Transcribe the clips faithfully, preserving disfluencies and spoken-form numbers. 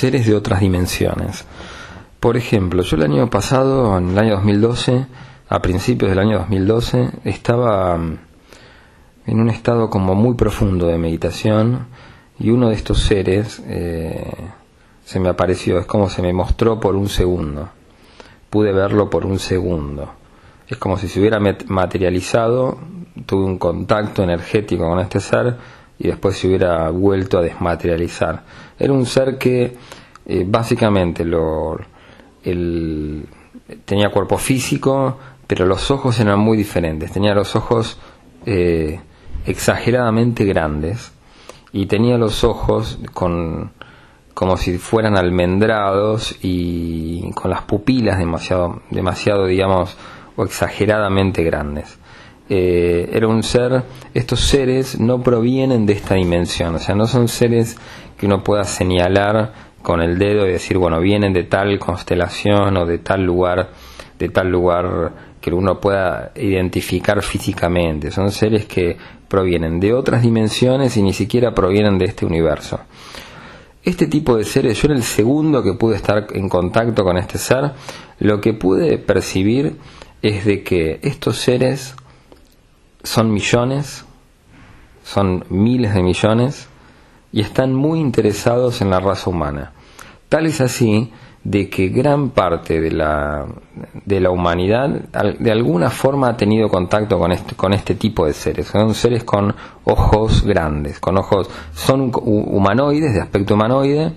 seres de otras dimensiones. Por ejemplo, yo el año pasado, en el año dos mil doce, a principios del año dos mil doce, estaba en un estado como muy profundo de meditación, y uno de estos seres eh, se me apareció, es como se me mostró por un segundo, pude verlo por un segundo, es como si se hubiera materializado, tuve un contacto energético con este ser y después se hubiera vuelto a desmaterializar. Era un ser que eh, básicamente lo, el, tenía cuerpo físico, pero los ojos eran muy diferentes, tenía los ojos eh, exageradamente grandes, y tenía los ojos con como si fueran almendrados y con las pupilas demasiado, demasiado digamos, o exageradamente grandes. Eh, era un ser, estos seres no provienen de esta dimensión, o sea, no son seres que uno pueda señalar con el dedo y decir, bueno, vienen de tal constelación o de tal lugar, de tal lugar que uno pueda identificar físicamente. Son seres que provienen de otras dimensiones y ni siquiera provienen de este universo. Este tipo de seres, yo era el segundo que pude estar en contacto con este ser. Lo que pude percibir es de que estos seres son millones, son miles de millones, y están muy interesados en la raza humana. Tal es así de que gran parte de la, de la humanidad de alguna forma ha tenido contacto con este, con este tipo de seres. Son seres con ojos grandes, con ojos, son humanoides, de aspecto humanoide.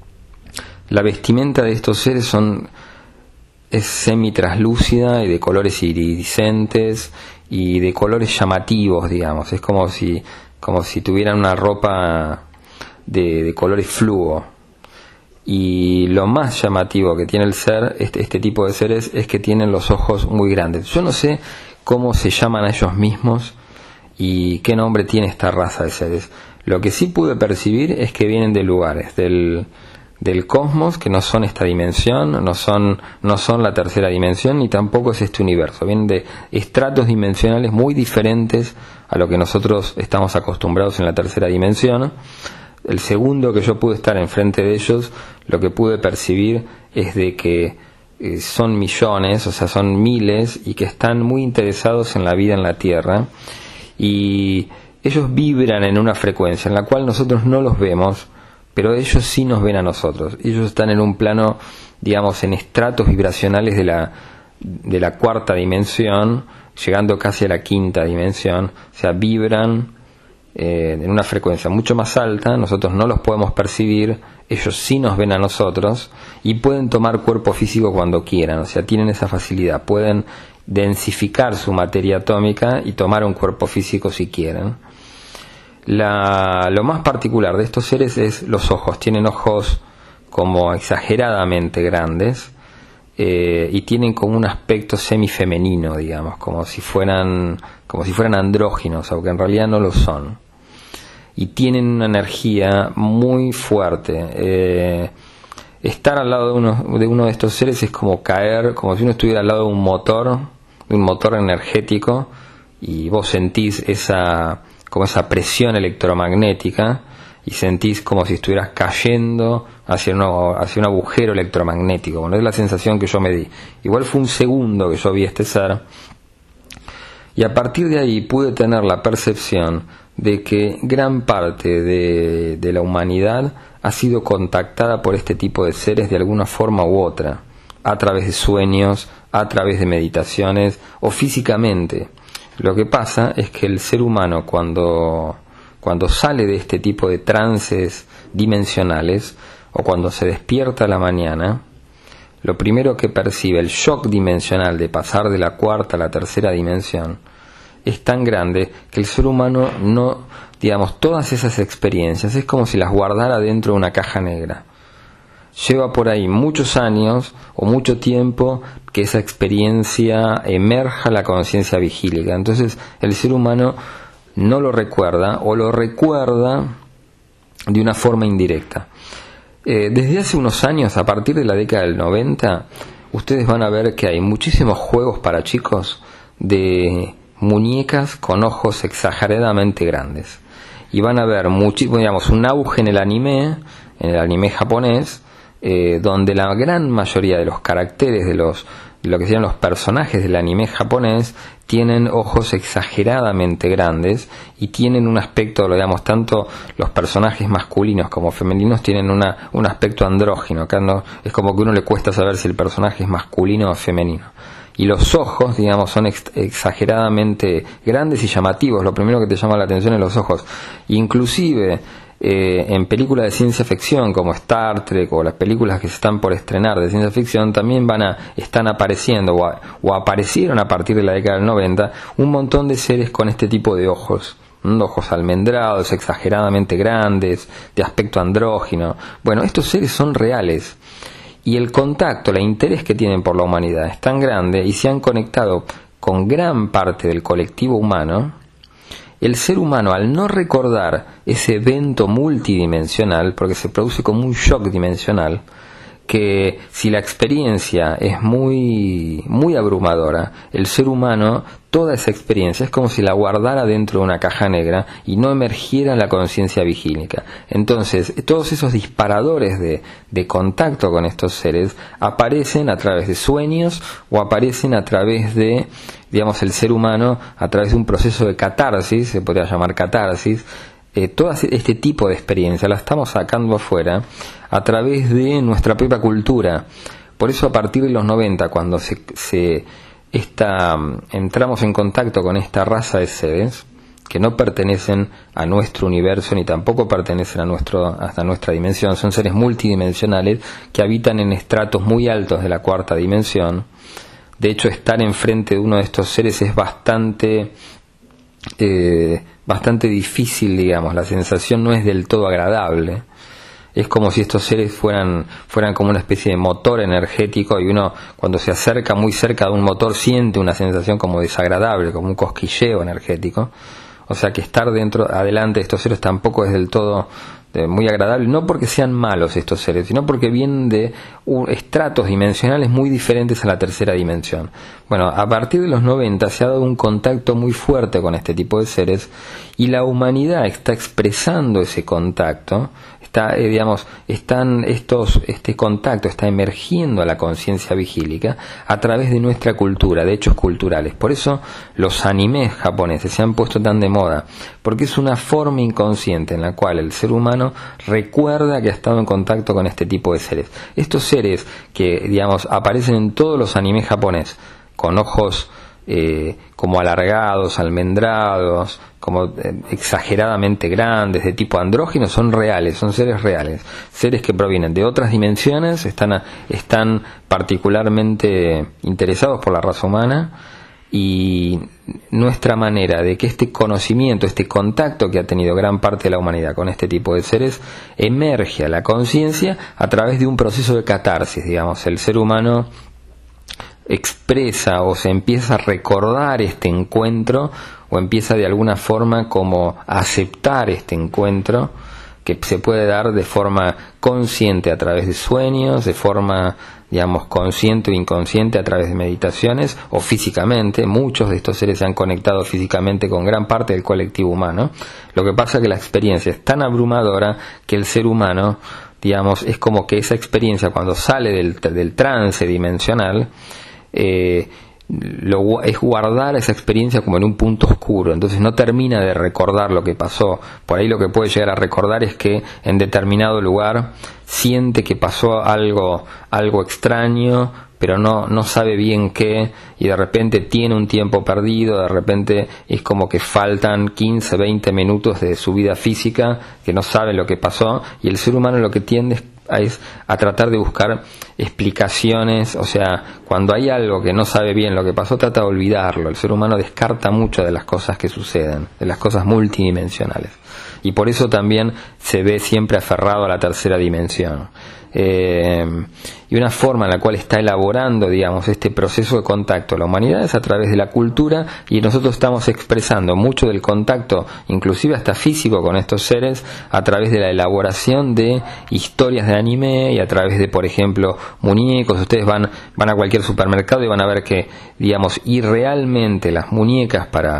La vestimenta de estos seres son es semi-traslúcida y de colores iridiscentes y de colores llamativos, digamos. Es como si, como si tuvieran una ropa de, de colores fluo. Y lo más llamativo que tiene el ser, este, este tipo de seres, es que tienen los ojos muy grandes. Yo no sé cómo se llaman a ellos mismos y qué nombre tiene esta raza de seres. Lo que sí pude percibir es que vienen de lugares del, del cosmos, que no son esta dimensión, no son, no son la tercera dimensión, ni tampoco es este universo. Vienen de estratos dimensionales muy diferentes a lo que nosotros estamos acostumbrados en la tercera dimensión. El segundo que yo pude estar enfrente de ellos, lo que pude percibir es de que eh, son millones, o sea, son miles, y que están muy interesados en la vida en la Tierra, y ellos vibran en una frecuencia en la cual nosotros no los vemos, pero ellos sí nos ven a nosotros. Ellos están en un plano, digamos, en estratos vibracionales de la, de la cuarta dimensión, llegando casi a la quinta dimensión, o sea, vibran Eh, en una frecuencia mucho más alta. Nosotros no los podemos percibir, ellos sí nos ven a nosotros, y pueden tomar cuerpo físico cuando quieran, o sea, tienen esa facilidad, pueden densificar su materia atómica y tomar un cuerpo físico si quieren. La, lo más particular de estos seres es los ojos. Tienen ojos como exageradamente grandes, eh, y tienen como un aspecto semifemenino, digamos, como si fueran como si fueran andróginos, aunque en realidad no lo son. Y tienen una energía muy fuerte. Eh, estar al lado de uno, de uno de estos seres es como caer, como si uno estuviera al lado de un motor, de un motor energético, y vos sentís esa, como esa presión electromagnética, y sentís como si estuvieras cayendo hacia, uno, hacia un agujero electromagnético. Bueno, es la sensación que yo me di. Igual fue un segundo que yo vi este ser, y a partir de ahí pude tener la percepción de que gran parte de, de la humanidad ha sido contactada por este tipo de seres de alguna forma u otra, a través de sueños, a través de meditaciones o físicamente. Lo que pasa es que el ser humano, cuando, cuando sale de este tipo de trances dimensionales, o cuando se despierta a la mañana, lo primero que percibe, el shock dimensional de pasar de la cuarta a la tercera dimensión, es tan grande que el ser humano no, digamos, todas esas experiencias es como si las guardara dentro de una caja negra. Lleva por ahí muchos años o mucho tiempo que esa experiencia emerja a la conciencia vigílica. Entonces el ser humano no lo recuerda, o lo recuerda de una forma indirecta. Eh, desde hace unos años, a partir de la década del noventa, ustedes van a ver que hay muchísimos juegos para chicos de muñecas con ojos exageradamente grandes, y van a ver muchísimo, digamos, un auge en el anime, en el anime japonés, eh, donde la gran mayoría de los caracteres de los lo que serían los personajes del anime japonés tienen ojos exageradamente grandes y tienen un aspecto, digamos, tanto los personajes masculinos como femeninos tienen una, un aspecto andrógino. Acá no, es como que a uno le cuesta saber si el personaje es masculino o femenino. Y los ojos, digamos, son ex- exageradamente grandes y llamativos. Lo primero que te llama la atención es los ojos. Inclusive Eh, en películas de ciencia ficción como Star Trek o las películas que se están por estrenar de ciencia ficción también van a están apareciendo o, a, o aparecieron a partir de la década del noventa un montón de seres con este tipo de ojos, ¿m? Ojos almendrados, exageradamente grandes, de aspecto andrógino. Bueno, estos seres son reales y el contacto, el interés que tienen por la humanidad es tan grande y se han conectado con gran parte del colectivo humano. El ser humano, al no recordar ese evento multidimensional, porque se produce como un shock dimensional, que si la experiencia es muy, muy abrumadora, el ser humano, toda esa experiencia es como si la guardara dentro de una caja negra y no emergiera en la conciencia vigílica. Entonces, todos esos disparadores de, de contacto con estos seres aparecen a través de sueños o aparecen a través de, digamos, el ser humano, a través de un proceso de catarsis, se podría llamar catarsis. Eh, todo este tipo de experiencia la estamos sacando afuera a través de nuestra propia cultura. Por eso a partir de los noventa, cuando se, se esta, entramos en contacto con esta raza de seres que no pertenecen a nuestro universo ni tampoco pertenecen a nuestro, hasta nuestra dimensión, son seres multidimensionales que habitan en estratos muy altos de la cuarta dimensión. De hecho, estar enfrente de uno de estos seres es bastante eh, bastante difícil, digamos. La sensación no es del todo agradable. Es como si estos seres fueran fueran como una especie de motor energético, y uno cuando se acerca muy cerca de un motor siente una sensación como desagradable, como un cosquilleo energético. O sea que estar dentro, adelante de estos seres tampoco es del todo eh, muy agradable, no porque sean malos estos seres, sino porque vienen de uh, estratos dimensionales muy diferentes a la tercera dimensión. Bueno, a partir de los noventa se ha dado un contacto muy fuerte con este tipo de seres, y la humanidad está expresando ese contacto. Está, eh, digamos, están estos, este contacto está emergiendo a la conciencia vigílica a través de nuestra cultura, de hechos culturales. Por eso los animes japoneses se han puesto tan de moda, porque es una forma inconsciente en la cual el ser humano recuerda que ha estado en contacto con este tipo de seres. Estos seres que, digamos, aparecen en todos los animes japoneses, con ojos eh, como alargados, almendrados, como eh, exageradamente grandes, de tipo andrógino, son reales, son seres reales, seres que provienen de otras dimensiones, están, a, están particularmente interesados por la raza humana, y nuestra manera de que este conocimiento, este contacto que ha tenido gran parte de la humanidad con este tipo de seres, emerge a la conciencia a través de un proceso de catarsis, digamos. El ser humano expresa o se empieza a recordar este encuentro, o empieza de alguna forma como a aceptar este encuentro, que se puede dar de forma consciente a través de sueños, de forma, digamos, consciente o inconsciente a través de meditaciones, o físicamente. Muchos de estos seres se han conectado físicamente con gran parte del colectivo humano. Lo que pasa es que la experiencia es tan abrumadora que el ser humano, digamos, es como que esa experiencia, cuando sale del, del trance dimensional, eh, lo, es guardar esa experiencia como en un punto oscuro. Entonces no termina de recordar lo que pasó. Por ahí lo que puede llegar a recordar es que en determinado lugar siente que pasó algo, algo extraño, pero no, no sabe bien qué, y de repente tiene un tiempo perdido, de repente es como que faltan quince, veinte minutos de su vida física, que no sabe lo que pasó, y el ser humano lo que tiende es es a tratar de buscar explicaciones. O sea, cuando hay algo que no sabe bien lo que pasó, trata de olvidarlo. El ser humano descarta mucho de las cosas que suceden, de las cosas multidimensionales, y por eso también se ve siempre aferrado a la tercera dimensión. Eh, y una forma en la cual está elaborando, digamos, este proceso de contacto la humanidad es a través de la cultura, y nosotros estamos expresando mucho del contacto, inclusive hasta físico, con estos seres a través de la elaboración de historias de anime, y a través de, por ejemplo, muñecos. Ustedes van, van a cualquier supermercado y van a ver que, digamos, y realmente las muñecas para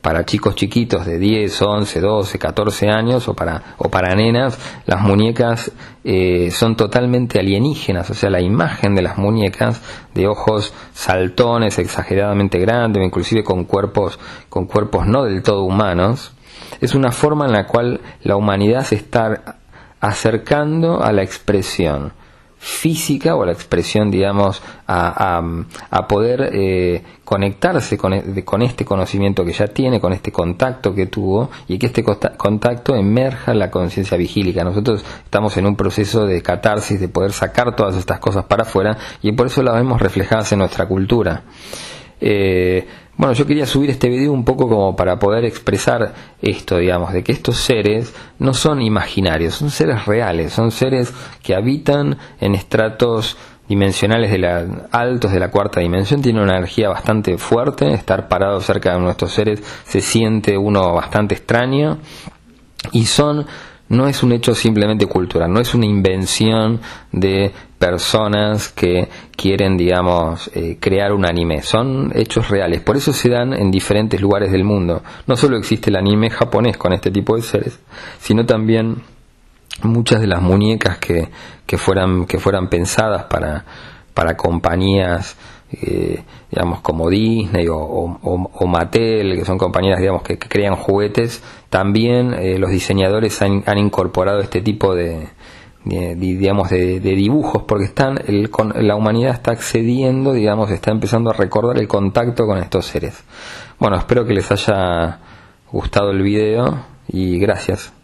para chicos chiquitos de diez, once, doce, catorce años o para, o para nenas, las muñecas eh, son totalmente alienígenas. O sea, la imagen de las muñecas de ojos saltones, exageradamente grandes, inclusive con cuerpos, con cuerpos no del todo humanos, es una forma en la cual la humanidad se está acercando a la expresión física o a la expresión, digamos, a, a, a poder eh, conectarse con, con este conocimiento que ya tiene, con este contacto que tuvo, y que este contacto emerja en la conciencia vigílica. Nosotros estamos en un proceso de catarsis, de poder sacar todas estas cosas para afuera, y por eso las vemos reflejadas en nuestra cultura. Eh, bueno, yo quería subir este video un poco como para poder expresar esto, digamos, de que estos seres no son imaginarios, son seres reales, son seres que habitan en estratos dimensionales de la, altos de la cuarta dimensión. Tienen una energía bastante fuerte. Estar parado cerca de nuestros seres se siente uno bastante extraño, y son, no es un hecho simplemente cultural, no es una invención de personas que quieren, digamos, eh, crear un anime. Son hechos reales, por eso se dan en diferentes lugares del mundo. No solo existe el anime japonés con este tipo de seres, sino también muchas de las muñecas que, que fueran que fueran pensadas para, para compañías eh, digamos como Disney o, o, o Mattel, que son compañías, digamos, que, que crean juguetes. También eh, los diseñadores han, han incorporado este tipo de, de, de digamos de, de dibujos, porque están el, con, la humanidad está accediendo, digamos, está empezando a recordar el contacto con estos seres. Bueno, espero que les haya gustado el video y gracias.